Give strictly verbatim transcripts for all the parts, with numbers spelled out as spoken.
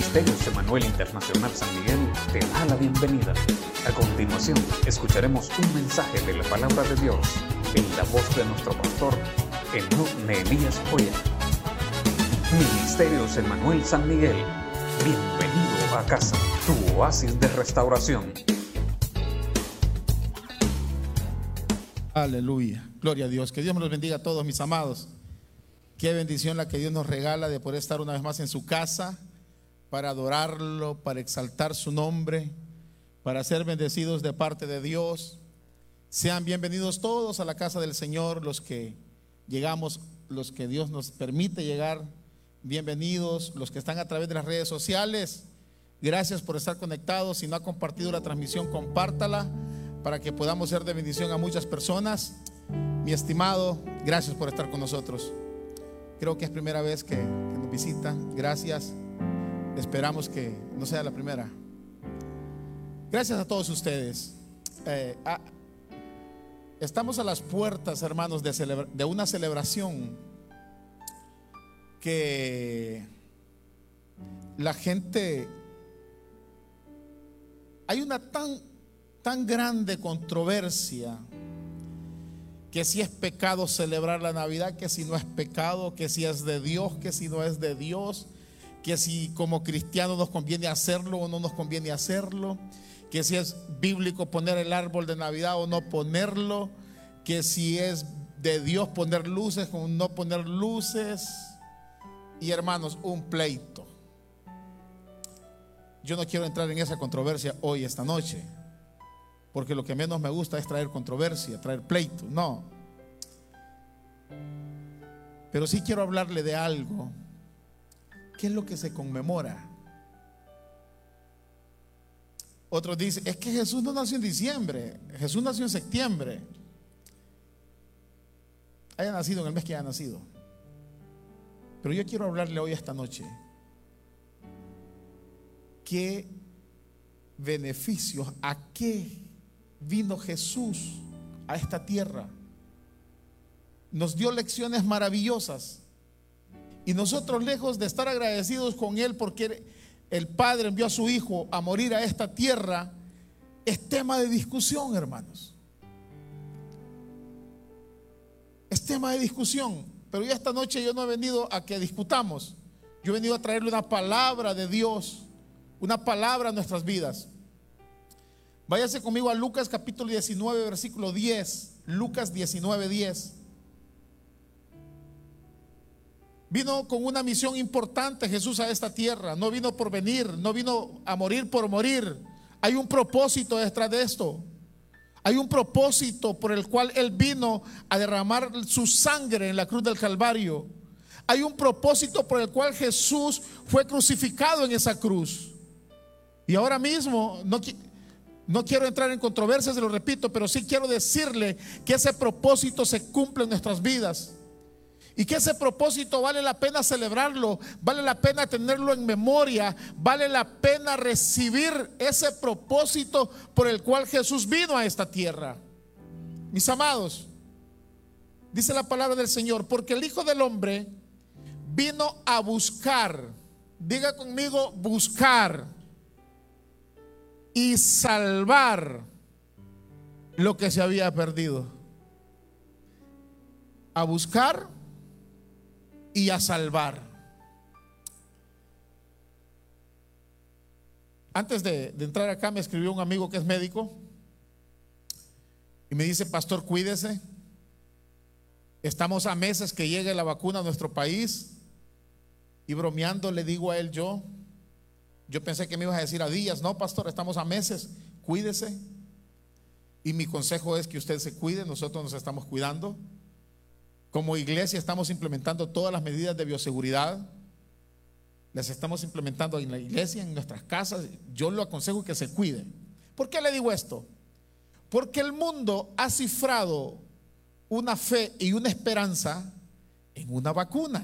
Ministerios Emanuel Internacional San Miguel te da la bienvenida. A continuación, escucharemos un mensaje de la Palabra de Dios en la voz de nuestro pastor, Enoc Nehemías Joya. Ministerios Emanuel San Miguel, bienvenido a casa, tu oasis de restauración. Aleluya, gloria a Dios. Que Dios me los bendiga a todos, mis amados. Qué bendición la que Dios nos regala de poder estar una vez más en su casa para adorarlo, para exaltar su nombre, para ser bendecidos de parte de Dios. Sean bienvenidos todos a la casa del Señor, los que llegamos, los que Dios nos permite llegar. Bienvenidos los que están a través de las redes sociales. Gracias por estar conectados. Si no ha compartido la transmisión, compártala para que podamos ser de bendición a muchas personas. Mi estimado, gracias por estar con nosotros. Creo que es primera vez que, que nos visitan. Gracias. Esperamos que no sea la primera. Gracias a todos ustedes. Eh, a, estamos a las puertas, hermanos, de, celebra, de una celebración que la gente, hay una tan, tan grande controversia, que si es pecado celebrar la Navidad, que si no es pecado, que si es de Dios, que si no es de Dios, que si como cristianos nos conviene hacerlo o no nos conviene hacerlo, que si es bíblico poner el árbol de Navidad o no ponerlo, que si es de Dios poner luces o no poner luces. Y hermanos, un pleito. Yo no quiero entrar en esa controversia hoy, esta noche, porque lo que menos me gusta es traer controversia, traer pleito, no. Pero sí quiero hablarle de algo. ¿Qué es lo que se conmemora? Otros dicen, es que Jesús no nació en diciembre, Jesús nació en septiembre. Haya nacido en el mes que haya nacido. Pero yo quiero hablarle hoy, esta noche, ¿qué beneficios, a qué vino Jesús a esta tierra? Nos dio lecciones maravillosas y nosotros, lejos de estar agradecidos con Él porque el Padre envió a su Hijo a morir a esta tierra, es tema de discusión, hermanos. Es tema de discusión. Pero ya esta noche yo no he venido a que discutamos. Yo he venido a traerle una palabra de Dios, una palabra a nuestras vidas. Váyase conmigo a Lucas capítulo diecinueve, versículo diez. Lucas diecinueve, diez. Vino con una misión importante Jesús a esta tierra. No vino por venir, no vino a morir por morir. Hay un propósito detrás de esto. Hay un propósito por el cual Él vino a derramar su sangre en la cruz del Calvario. Hay un propósito por el cual Jesús fue crucificado en esa cruz. Y ahora mismo no quiero No quiero entrar en controversias, se lo repito, pero sí quiero decirle que ese propósito se cumple en nuestras vidas. Y que ese propósito vale la pena celebrarlo, vale la pena tenerlo en memoria, vale la pena recibir ese propósito por el cual Jesús vino a esta tierra. Mis amados, dice la palabra del Señor, porque el Hijo del Hombre vino a buscar, diga conmigo, buscar y salvar lo que se había perdido. A buscar y a salvar. Antes de, de entrar acá me escribió un amigo que es médico y me dice: pastor, cuídese, estamos a meses que llegue la vacuna a nuestro país. Y bromeando le digo a él, yo Yo pensé que me ibas a decir a días. No, pastor, estamos a meses, cuídese. Y mi consejo es que usted se cuide. Nosotros nos estamos cuidando. Como iglesia estamos implementando todas las medidas de bioseguridad. Las estamos implementando en la iglesia, en nuestras casas. Yo lo aconsejo que se cuide. ¿Por qué le digo esto? Porque el mundo ha cifrado una fe y una esperanza en una vacuna.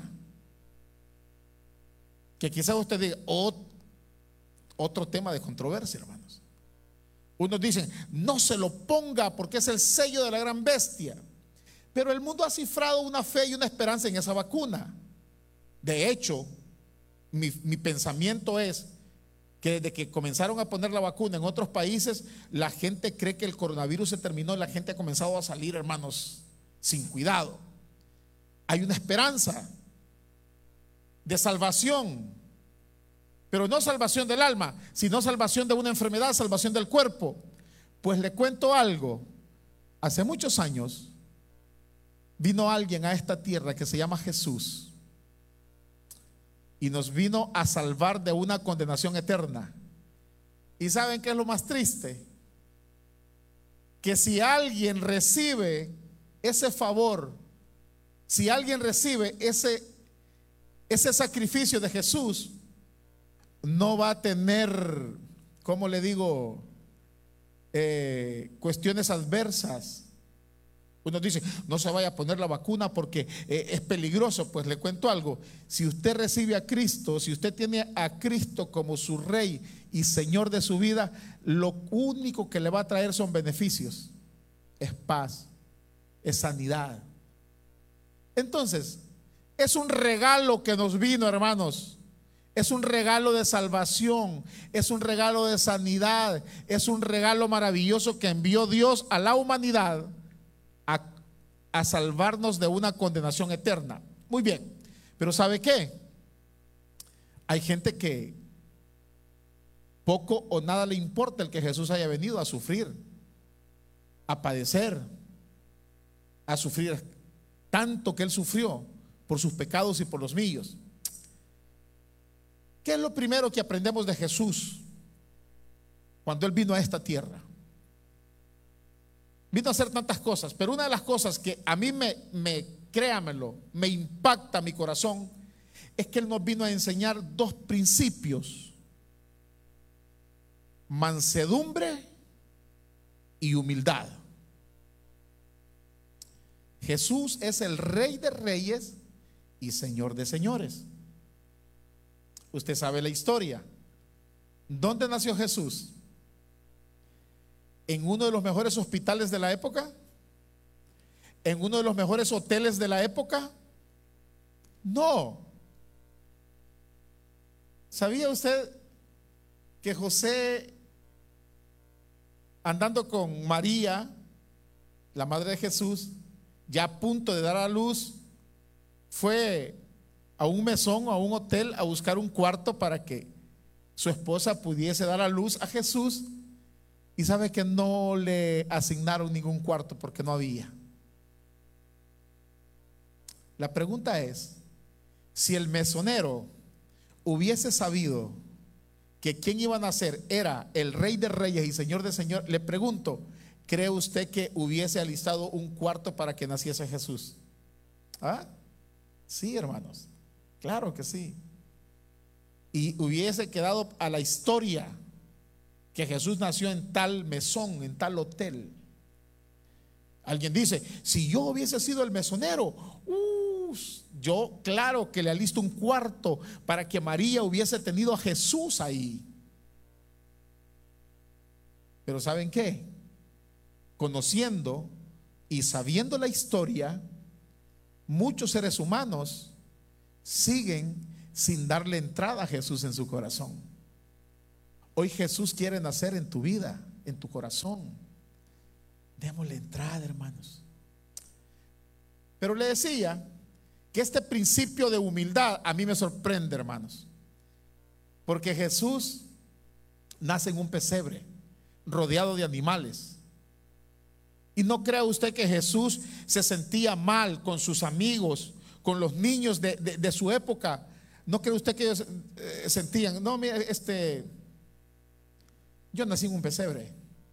Que quizás usted diga, oh, otro tema de controversia, hermanos. Unos dicen, no se lo ponga porque es el sello de la gran bestia. Pero el mundo ha cifrado una fe y una esperanza en esa vacuna. De hecho, mi, mi pensamiento es que desde que comenzaron a poner la vacuna en otros países, la gente cree que el coronavirus se terminó y la gente ha comenzado a salir, hermanos, sin cuidado. Hay una esperanza de salvación, pero no salvación del alma, sino salvación de una enfermedad, salvación del cuerpo. Pues le cuento algo. Hace muchos años vino alguien a esta tierra que se llama Jesús y nos vino a salvar de una condenación eterna. ¿Y saben qué es lo más triste? Que si alguien recibe ese favor, si alguien recibe ese, ese sacrificio de Jesús, no va a tener, ¿cómo le digo? Eh, cuestiones adversas. Uno dice, no se vaya a poner la vacuna porque eh, es peligroso. Pues le cuento algo, si usted recibe a Cristo, si usted tiene a Cristo como su Rey y Señor de su vida, lo único que le va a traer son beneficios, es paz, es sanidad. Entonces, es un regalo que nos vino, hermanos. Es un regalo de salvación, es un regalo de sanidad, es un regalo maravilloso que envió Dios a la humanidad a, a salvarnos de una condenación eterna. Muy bien, pero ¿sabe qué? Hay gente que poco o nada le importa el que Jesús haya venido a sufrir, a padecer, a sufrir tanto que Él sufrió por sus pecados y por los míos. ¿Qué es lo primero que aprendemos de Jesús cuando Él vino a esta tierra? Vino a hacer tantas cosas, pero una de las cosas que a mí me, me créamelo, me impacta mi corazón, es que Él nos vino a enseñar dos principios: mansedumbre y humildad. Jesús es el Rey de Reyes y Señor de Señores. Usted sabe la historia. ¿Dónde nació Jesús? ¿En uno de los mejores hospitales de la época? ¿En uno de los mejores hoteles de la época? No. ¿Sabía usted que José, andando con María, la madre de Jesús, ya a punto de dar a luz, fue a un mesón o a un hotel a buscar un cuarto para que su esposa pudiese dar a luz a Jesús? Y sabe que no le asignaron ningún cuarto porque no había. La pregunta es, si el mesonero hubiese sabido que quien iba a nacer era el Rey de Reyes y Señor de Señores, le pregunto, ¿cree usted que hubiese alistado un cuarto para que naciese Jesús? ¿Ah? Sí, hermanos, claro que sí. Y hubiese quedado a la historia que Jesús nació en tal mesón, en tal hotel. Alguien dice, si yo hubiese sido el mesonero, uh, yo claro que le alisto un cuarto para que María hubiese tenido a Jesús ahí. Pero ¿saben qué? Conociendo y sabiendo la historia, muchos seres humanos siguen sin darle entrada a Jesús en su corazón. Hoy Jesús quiere nacer en tu vida, en tu corazón. Démosle entrada, hermanos. Pero le decía que este principio de humildad a mí me sorprende, hermanos, porque Jesús nace en un pesebre rodeado de animales. Y no crea usted que Jesús se sentía mal con sus amigos, con los niños de, de, de su época. No cree usted que ellos eh, sentían, no, mira, este, yo nací en un pesebre,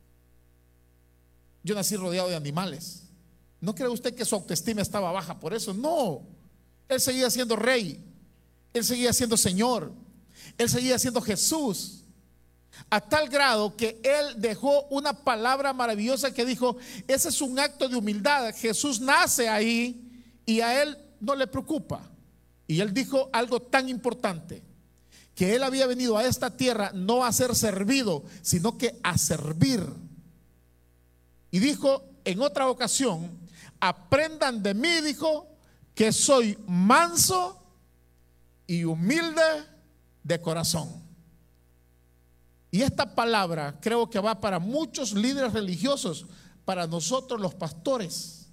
yo nací rodeado de animales. ¿No cree usted que su autoestima estaba baja por eso? No, Él seguía siendo Rey, Él seguía siendo Señor, Él seguía siendo Jesús, a tal grado que Él dejó una palabra maravillosa que dijo, ese es un acto de humildad. Jesús nace ahí y a Él no le preocupa. Y Él dijo algo tan importante, que Él había venido a esta tierra no a ser servido, sino que a servir. Y dijo en otra ocasión, aprendan de mí, dijo, que soy manso y humilde de corazón. Y esta palabra creo que va para muchos líderes religiosos, para nosotros los pastores,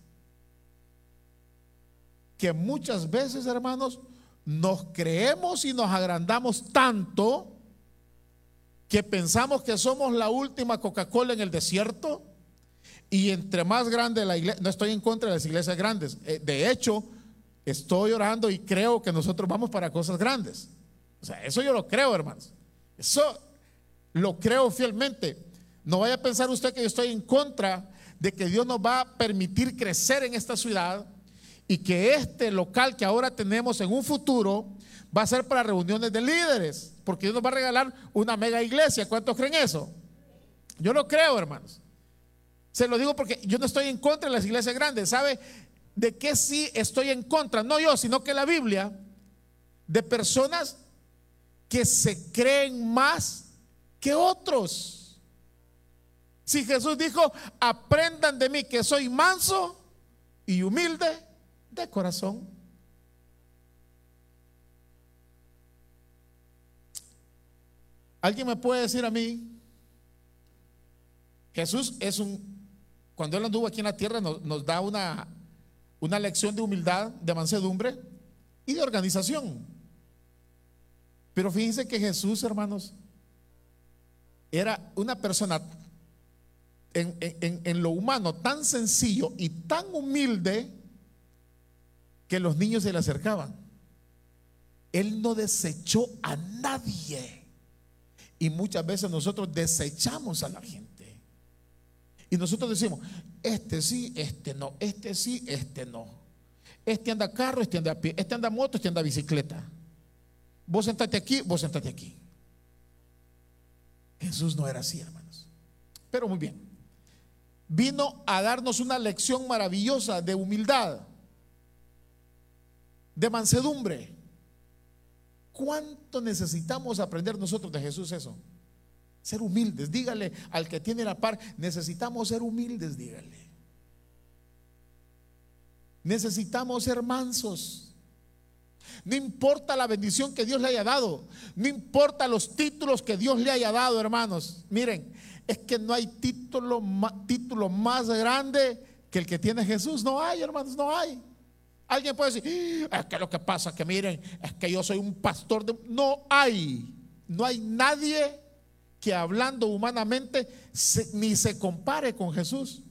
que muchas veces, hermanos, nos creemos y nos agrandamos tanto que pensamos que somos la última Coca-Cola en el desierto. Y entre más grande la iglesia, no estoy en contra de las iglesias grandes, de hecho estoy orando y creo que nosotros vamos para cosas grandes. O sea, eso yo lo creo, hermanos, eso lo creo fielmente. No vaya a pensar usted que yo estoy en contra de que Dios nos va a permitir crecer en esta ciudad y que este local que ahora tenemos en un futuro va a ser para reuniones de líderes, porque Dios nos va a regalar una mega iglesia. ¿Cuántos creen eso? Yo lo creo, hermanos. Se lo digo porque yo no estoy en contra de las iglesias grandes. ¿Sabe de qué sí estoy en contra? No yo, sino que la Biblia, de personas que se creen más que otros. Si Jesús dijo: aprendan de mí que soy manso y humilde de corazón. ¿Alguien me puede decir a mí? Jesús es un, cuando Él anduvo aquí en la tierra, nos, nos da una, una lección de humildad, de mansedumbre y de organización. Pero fíjense que Jesús, hermanos, era una persona en, en, en lo humano tan sencillo y tan humilde que los niños se le acercaban. Él no desechó a nadie. Y muchas veces nosotros desechamos a la gente. Y nosotros decimos: este sí, este no, este sí, este no. Este anda carro, este anda a pie, este anda moto, este anda bicicleta. Vos sentate aquí, vos sentate aquí. Jesús no era así, hermanos. Pero muy bien, vino a darnos una lección maravillosa de humildad, de mansedumbre. ¿Cuánto necesitamos aprender nosotros de Jesús eso? Ser humildes. Dígale al que tiene la par: necesitamos ser humildes, dígale. Necesitamos ser mansos. No importa la bendición que Dios le haya dado, no importa los títulos que Dios le haya dado, hermanos. Miren, es que no hay título, título más grande que el que tiene Jesús. No hay, hermanos, no hay. Alguien puede decir: es que lo que pasa es que miren, es que yo soy un pastor de... No hay, no hay nadie que hablando humanamente se, ni se compare con Jesús.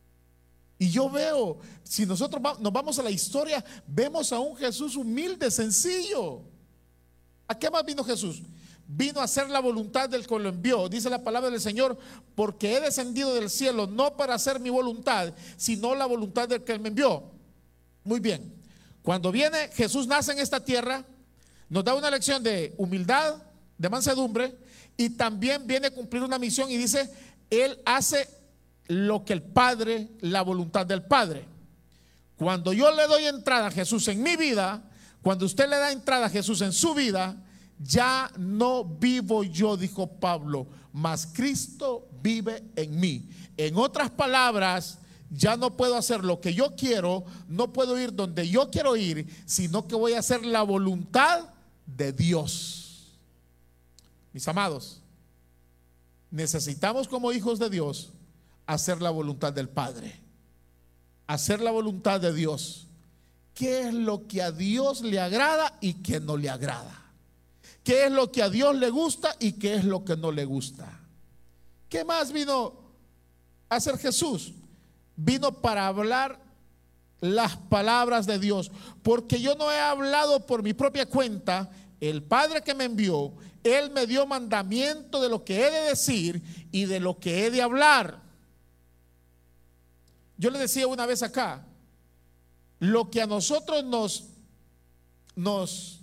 Y yo veo, si nosotros va, nos vamos a la historia, vemos a un Jesús humilde, sencillo. ¿A qué más vino Jesús? Vino a hacer la voluntad del que lo envió. Dice la palabra del Señor: porque he descendido del cielo no para hacer mi voluntad, sino la voluntad del que me envió. Muy bien, cuando viene Jesús, nace en esta tierra, nos da una lección de humildad, de mansedumbre, y también viene a cumplir una misión y dice: Él hace lo que el Padre, la voluntad del Padre. Cuando yo le doy entrada a Jesús en mi vida, cuando usted le da entrada a Jesús en su vida, ya no vivo yo, dijo Pablo, mas Cristo vive en mí. En otras palabras, ya no puedo hacer lo que yo quiero, no puedo ir donde yo quiero ir, sino que voy a hacer la voluntad de Dios. Mis amados, necesitamos como hijos de Dios hacer la voluntad del Padre, hacer la voluntad de Dios. ¿Qué es lo que a Dios le agrada y qué no le agrada? ¿Qué es lo que a Dios le gusta y qué es lo que no le gusta? ¿Qué más vino a hacer Jesús? Vino para hablar las palabras de Dios, porque yo no he hablado por mi propia cuenta. El Padre que me envió, Él me dio mandamiento de lo que he de decir y de lo que he de hablar. Yo le decía una vez acá, lo que a nosotros nos, nos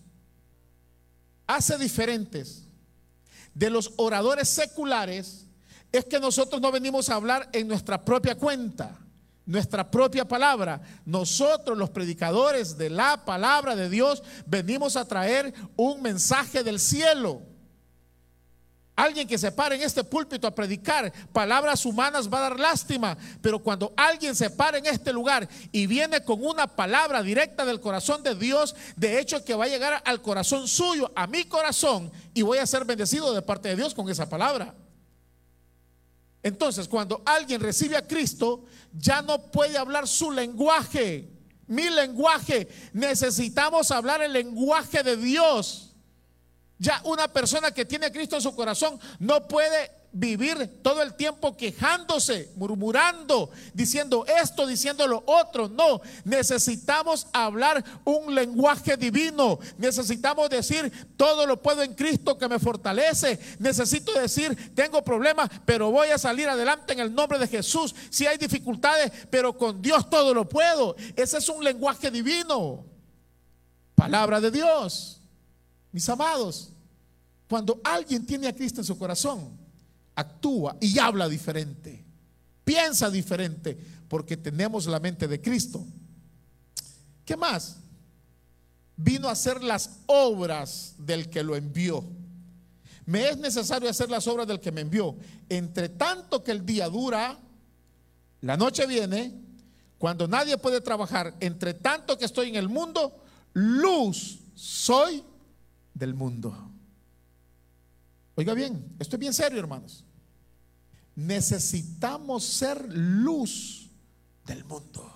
hace diferentes de los oradores seculares es que nosotros no venimos a hablar en nuestra propia cuenta, nuestra propia palabra. Nosotros, los predicadores de la palabra de Dios, venimos a traer un mensaje del cielo. Alguien que se pare en este púlpito a predicar palabras humanas va a dar lástima, pero cuando alguien se para en este lugar y viene con una palabra directa del corazón de Dios, de hecho que va a llegar al corazón suyo, a mi corazón, y voy a ser bendecido de parte de Dios con esa palabra. Entonces, cuando alguien recibe a Cristo, ya no puede hablar su lenguaje, mi lenguaje. Necesitamos hablar el lenguaje de Dios. Ya una persona que tiene a Cristo en su corazón no puede vivir todo el tiempo quejándose, murmurando, diciendo esto, diciendo lo otro. No, necesitamos hablar un lenguaje divino. Necesitamos decir: todo lo puedo en Cristo que me fortalece. Necesito decir: tengo problemas, pero voy a salir adelante en el nombre de Jesús. Si hay dificultades, pero con Dios todo lo puedo. Ese es un lenguaje divino. Palabra de Dios. Mis amados, cuando alguien tiene a Cristo en su corazón, actúa y habla diferente, piensa diferente, porque tenemos la mente de Cristo. ¿Qué más? Vino a hacer las obras del que lo envió. Me es necesario hacer las obras del que me envió. Entre tanto que el día dura, la noche viene, cuando nadie puede trabajar. Entre tanto que estoy en el mundo, luz soy del mundo. Oiga bien, esto es bien serio, hermanos. Necesitamos ser luz del mundo.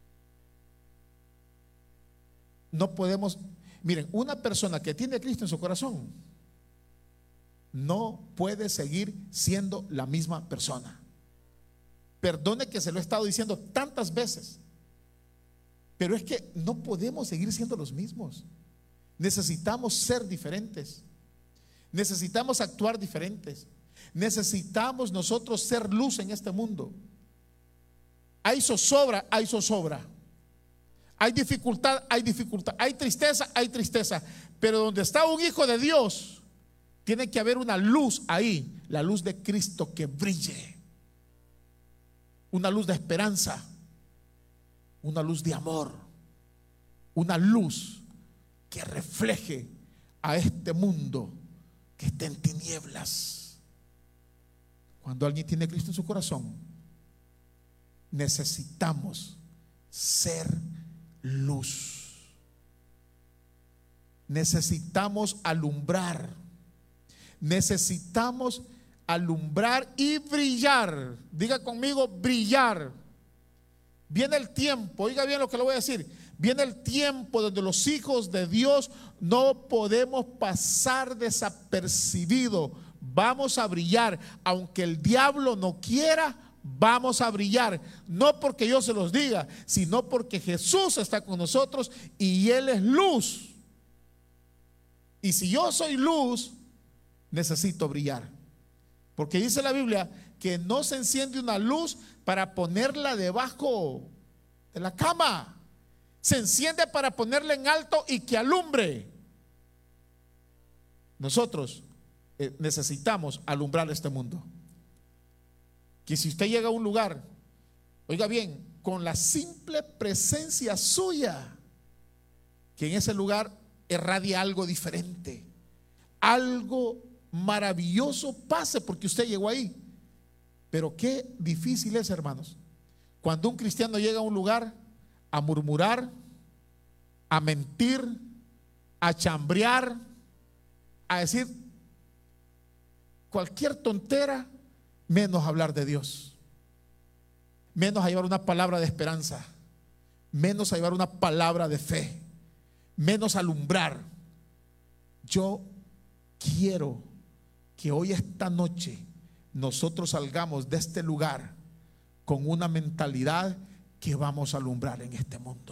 No podemos, miren, una persona que tiene a Cristo en su corazón no puede seguir siendo la misma persona. Perdone que se lo he estado diciendo tantas veces, pero es que no podemos seguir siendo los mismos. Necesitamos ser diferentes. Necesitamos actuar diferentes. Necesitamos nosotros ser luz en este mundo. Hay zozobra, hay zozobra. Hay dificultad, hay dificultad. Hay tristeza, hay tristeza. Pero donde está un hijo de Dios, tiene que haber una luz ahí. La luz de Cristo que brille. Una luz de esperanza. Una luz de amor. Una luz que refleje a este mundo que está en tinieblas. Cuando alguien tiene a Cristo en su corazón, necesitamos ser luz. Necesitamos alumbrar. Necesitamos alumbrar y brillar. Diga conmigo: brillar. Viene el tiempo, oiga bien lo que le voy a decir. Viene el tiempo donde los hijos de Dios no podemos pasar desapercibidos. Vamos a brillar, aunque el diablo no quiera. Vamos a brillar, no porque yo se los diga, sino porque Jesús está con nosotros y Él es luz. Y si yo soy luz, necesito brillar, porque dice la Biblia que no se enciende una luz para ponerla debajo de la cama. Se enciende para ponerla en alto y que alumbre. Nosotros eh, necesitamos alumbrar este mundo. Que si usted llega a un lugar, oiga bien, con la simple presencia suya, que en ese lugar irradia algo diferente, algo maravilloso pase porque usted llegó ahí. Pero qué difícil es, hermanos, cuando un cristiano llega a un lugar a murmurar, a mentir, a chambrear, a decir cualquier tontera, menos hablar de Dios, menos a llevar una palabra de esperanza, menos a llevar una palabra de fe, menos a alumbrar. Yo quiero que hoy, esta noche, nosotros salgamos de este lugar con una mentalidad que vamos a alumbrar en este mundo.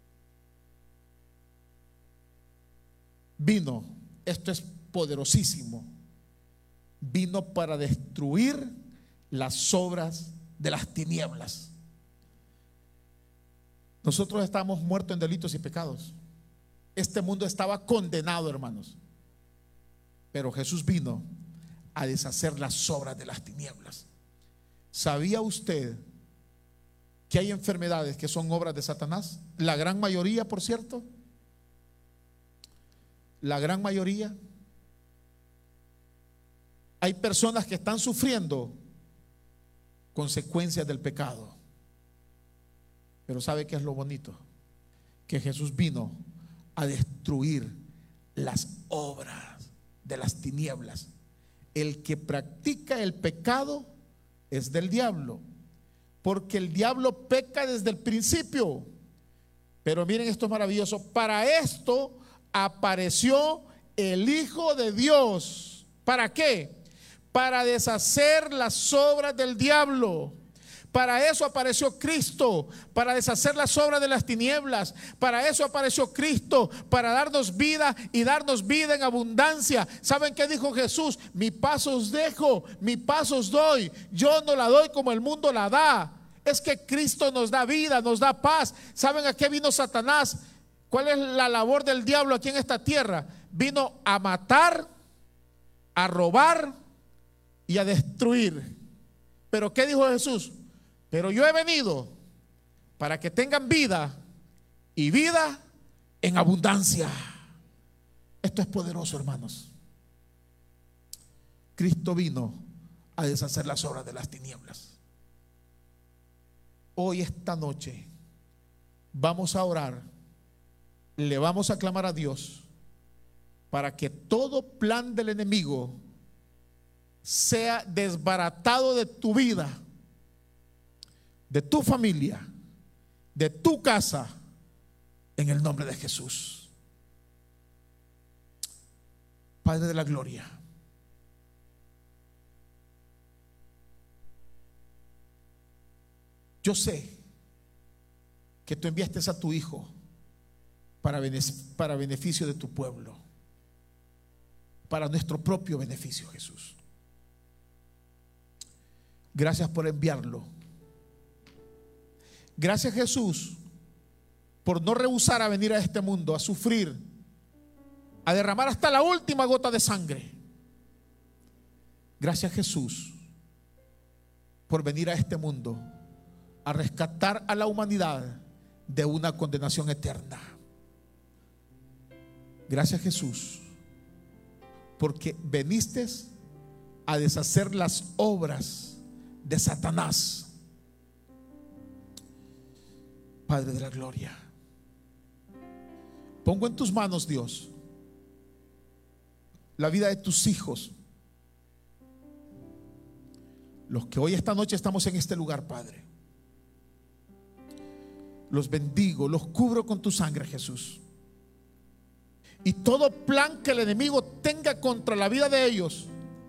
Vino, esto es poderosísimo, vino para destruir las obras de las tinieblas. Nosotros estábamos muertos en delitos y pecados. Este mundo estaba condenado, hermanos, pero Jesús vino a deshacer las obras de las tinieblas. ¿Sabía usted que hay enfermedades que son obras de Satanás? La gran mayoría, por cierto. La gran mayoría. Hay personas que están sufriendo consecuencias del pecado. Pero ¿sabe qué es lo bonito? Que Jesús vino a destruir las obras de las tinieblas. El que practica el pecado es del diablo, porque el diablo peca desde el principio. Pero miren, esto es maravilloso. Para esto apareció el Hijo de Dios. ¿Para qué? Para deshacer las obras del diablo. Para eso apareció Cristo, para deshacer las obras de las tinieblas. Para eso apareció Cristo, para darnos vida y darnos vida en abundancia. ¿Saben qué dijo Jesús? Mi paz os dejo, mi paz os doy. Yo no la doy como el mundo la da. Es que Cristo nos da vida, nos da paz. ¿Saben a qué vino Satanás? ¿Cuál es la labor del diablo aquí en esta tierra? Vino a matar, a robar y a destruir. ¿Pero qué dijo Jesús? Pero yo he venido para que tengan vida y vida en abundancia. Esto es poderoso, hermanos. Cristo vino a deshacer las obras de las tinieblas. Hoy, esta noche, vamos a orar, le vamos a clamar a Dios para que todo plan del enemigo sea desbaratado de tu vida, de tu familia, de tu casa, en el nombre de Jesús. Padre de la gloria, yo sé que tú enviaste a tu Hijo para, para beneficio de tu pueblo, para nuestro propio beneficio, Jesús. Gracias por enviarlo. Gracias, Jesús, por no rehusar a venir a este mundo a sufrir, a derramar hasta la última gota de sangre. Gracias, Jesús, por venir a este mundo a rescatar a la humanidad de una condenación eterna. Gracias, Jesús, porque veniste a deshacer las obras de Satanás. Padre de la gloria, pongo en tus manos, Dios, la vida de tus hijos, los que hoy, esta noche, estamos en este lugar, Padre. Los bendigo, los cubro con tu sangre, Jesús. Y todo plan que el enemigo tenga contra la vida de ellos,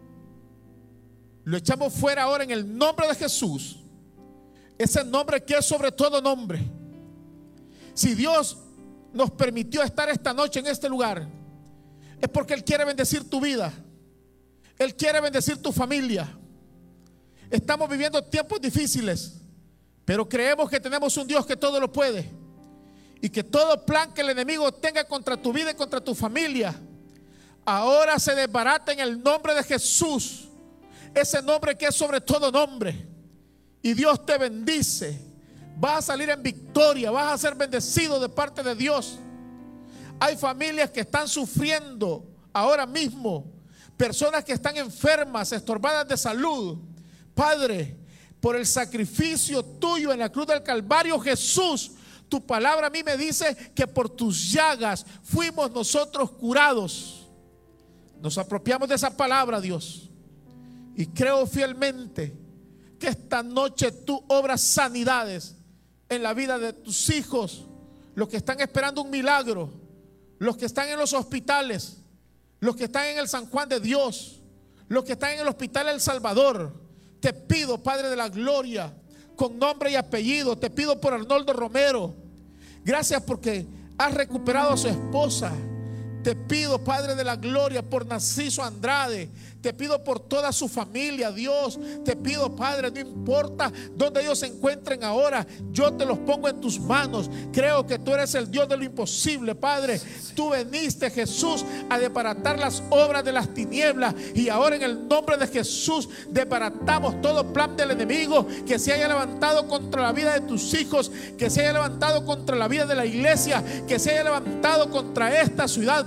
lo echamos fuera ahora en el nombre de Jesús. Ese nombre que es sobre todo nombre. Si Dios nos permitió estar esta noche en este lugar, es porque Él quiere bendecir tu vida. Él quiere bendecir tu familia. Estamos viviendo tiempos difíciles, pero creemos que tenemos un Dios que todo lo puede, y que todo plan que el enemigo tenga contra tu vida y contra tu familia, ahora se desbarata en el nombre de Jesús. Ese nombre que es sobre todo nombre. Y Dios te bendice. Vas a salir en victoria, vas a ser bendecido de parte de Dios. Hay familias que están sufriendo ahora mismo, personas que están enfermas, estorbadas de salud. Padre, por el sacrificio tuyo en la cruz del Calvario, Jesús, tu palabra a mí me dice que por tus llagas fuimos nosotros curados. Nos apropiamos de esa palabra, Dios, y creo fielmente que esta noche tú obras sanidades en la vida de tus hijos, los que están esperando un milagro, los que están en los hospitales, los que están en el San Juan de Dios, los que están en el hospital El Salvador. Te pido, Padre de la gloria, con nombre y apellido, te pido por Arnoldo Romero. Gracias porque has recuperado a su esposa. Te pido, Padre de la gloria, por Narciso Andrade. Te pido por toda su familia, Dios. Te pido, Padre, no importa dónde ellos se encuentren ahora, yo te los pongo en tus manos. Creo que tú eres el Dios de lo imposible, Padre. Tú veniste, Jesús, a desbaratar las obras de las tinieblas. Y ahora, en el nombre de Jesús, desbaratamos todo plan del enemigo que se haya levantado contra la vida de tus hijos, que se haya levantado contra la vida de la iglesia, que se haya levantado contra esta ciudad.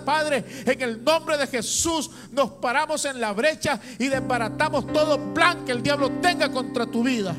Padre, en el nombre de Jesús nos paramos en la brecha y desbaratamos todo plan que el diablo tenga contra tu vida.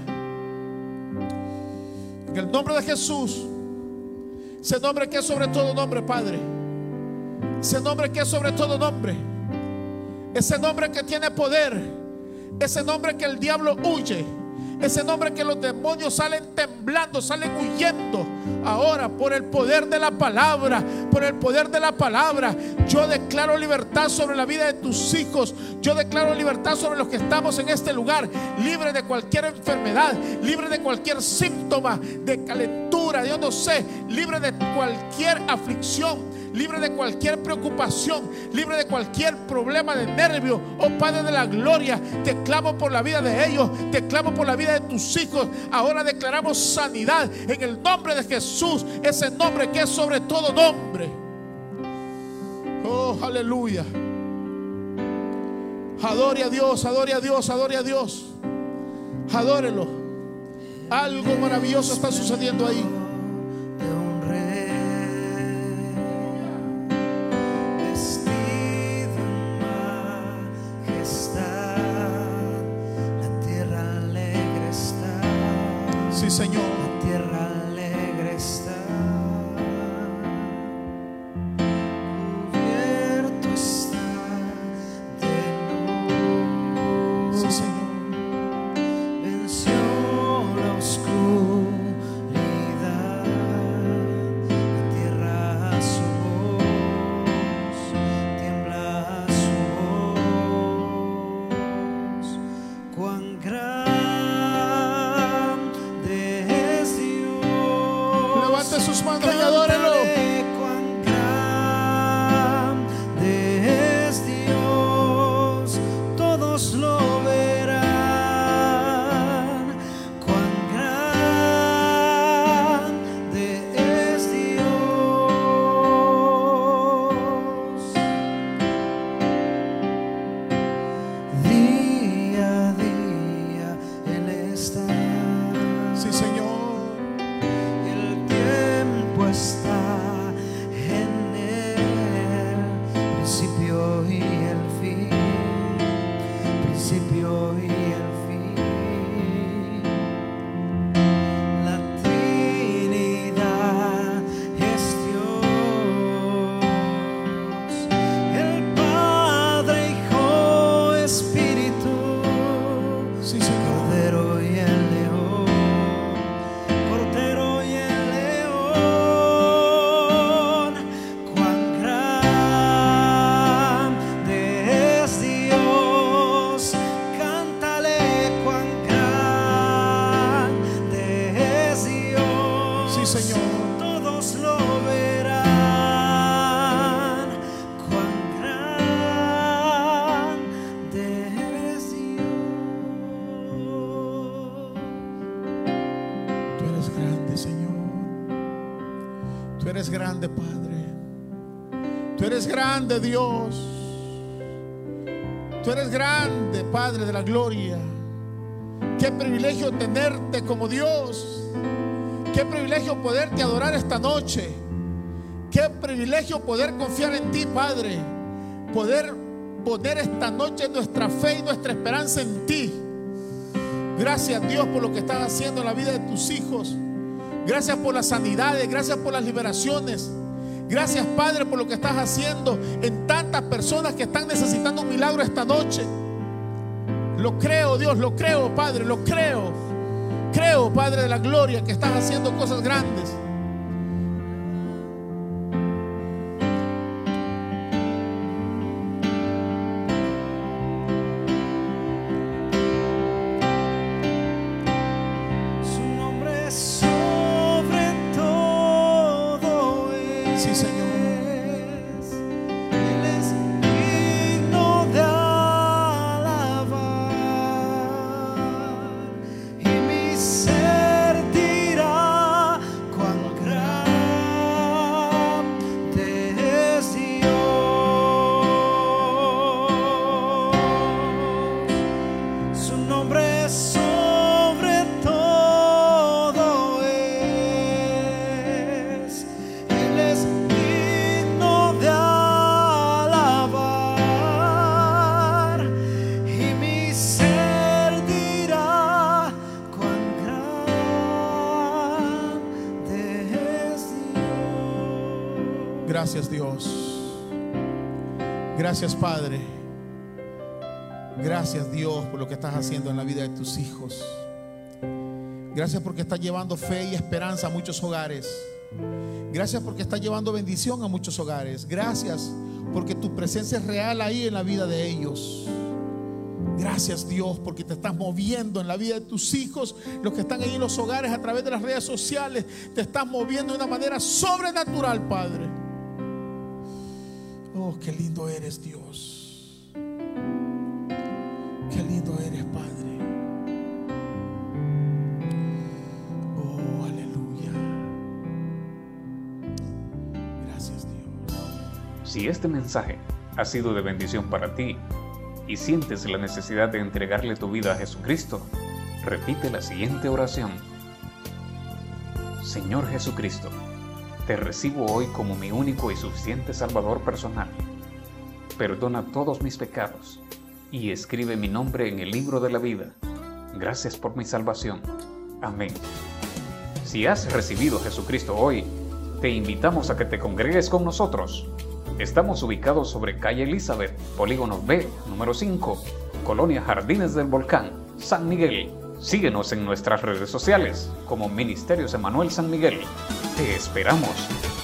En el nombre de Jesús, ese nombre que es sobre todo nombre, Padre, ese nombre que es sobre todo nombre, ese nombre que tiene poder, ese nombre que el diablo huye, ese nombre que los demonios salen temblando, salen huyendo. Ahora, por el poder de la palabra, por el poder de la palabra, yo declaro libertad sobre la vida de tus hijos. Yo declaro libertad sobre los que estamos en este lugar, libre de cualquier enfermedad, libre de cualquier síntoma de calentura, yo no sé, libre de cualquier aflicción, libre de cualquier preocupación, libre de cualquier problema de nervio. Oh Padre de la gloria, te clamo por la vida de ellos, te clamo por la vida de tus hijos. Ahora declaramos sanidad en el nombre de Jesús, ese nombre que es sobre todo nombre. Oh, aleluya. Adore a Dios, adore a Dios, adore a Dios. Adórelo. Algo maravilloso está sucediendo ahí. Sí, Señor. La tierra alegre está, cubierto está de luz. Sí, Señor. Venció la oscuridad, la tierra a su voz, tiembla a su voz. Cuán grande levante sus manos y adórelo. Cuán grande es Dios, todos lo verán. Cuán grande es Dios. Día a día Él está. Sí, Señor. Está en el principio y el fin, principio y el fin. La Trinidad es Dios, el Padre, Hijo, Espíritu, Sí, Señor. Cordero y el León, Cordero y el Señor. Todos lo verán. Cuán grande es Dios. Tú eres grande, Señor. Tú eres grande, Padre. Tú eres grande, Dios. Tú eres grande, Padre de la gloria. Qué privilegio tenerte como Dios. Qué privilegio poderte adorar esta noche. Qué privilegio poder confiar en ti, Padre. Poder poner esta noche nuestra fe y nuestra esperanza en ti. Gracias, Dios, por lo que estás haciendo en la vida de tus hijos. Gracias por las sanidades, gracias por las liberaciones. Gracias, Padre, por lo que estás haciendo en tantas personas que están necesitando un milagro esta noche. Lo creo, Dios, lo creo, Padre, lo creo. Creo, Padre de la gloria, que estás haciendo cosas grandes. Su nombre es sobre todo es. Sí, Señor. Él es digno de alabar. Y mi ser dirá cuán Gracias, Dios. Gracias, Padre. Gracias, Dios, por lo que estás haciendo en la vida de tus hijos. Gracias porque estás llevando fe y esperanza a muchos hogares. Gracias porque estás llevando bendición a muchos hogares. Gracias porque tu presencia es real ahí en la vida de ellos. Gracias, Dios, porque te estás moviendo en la vida de tus hijos, los que están ahí en los hogares a través de las redes sociales. Te estás moviendo de una manera sobrenatural, Padre. Oh, qué lindo eres, Dios. Qué lindo eres, Padre. Oh, aleluya. Gracias, Dios. Si este mensaje ha sido de bendición para ti y sientes la necesidad de entregarle tu vida a Jesucristo, repite la siguiente oración. Señor Jesucristo, te recibo hoy como mi único y suficiente Salvador personal. Perdona todos mis pecados y escribe mi nombre en el libro de la vida. Gracias por mi salvación. Amén. Si has recibido a Jesucristo hoy, te invitamos a que te congregues con nosotros. Estamos ubicados sobre calle Elizabeth, Polígono B, número cinco, Colonia Jardines del Volcán, San Miguel. Síguenos en nuestras redes sociales como Ministerios Emanuel San Miguel. Te esperamos.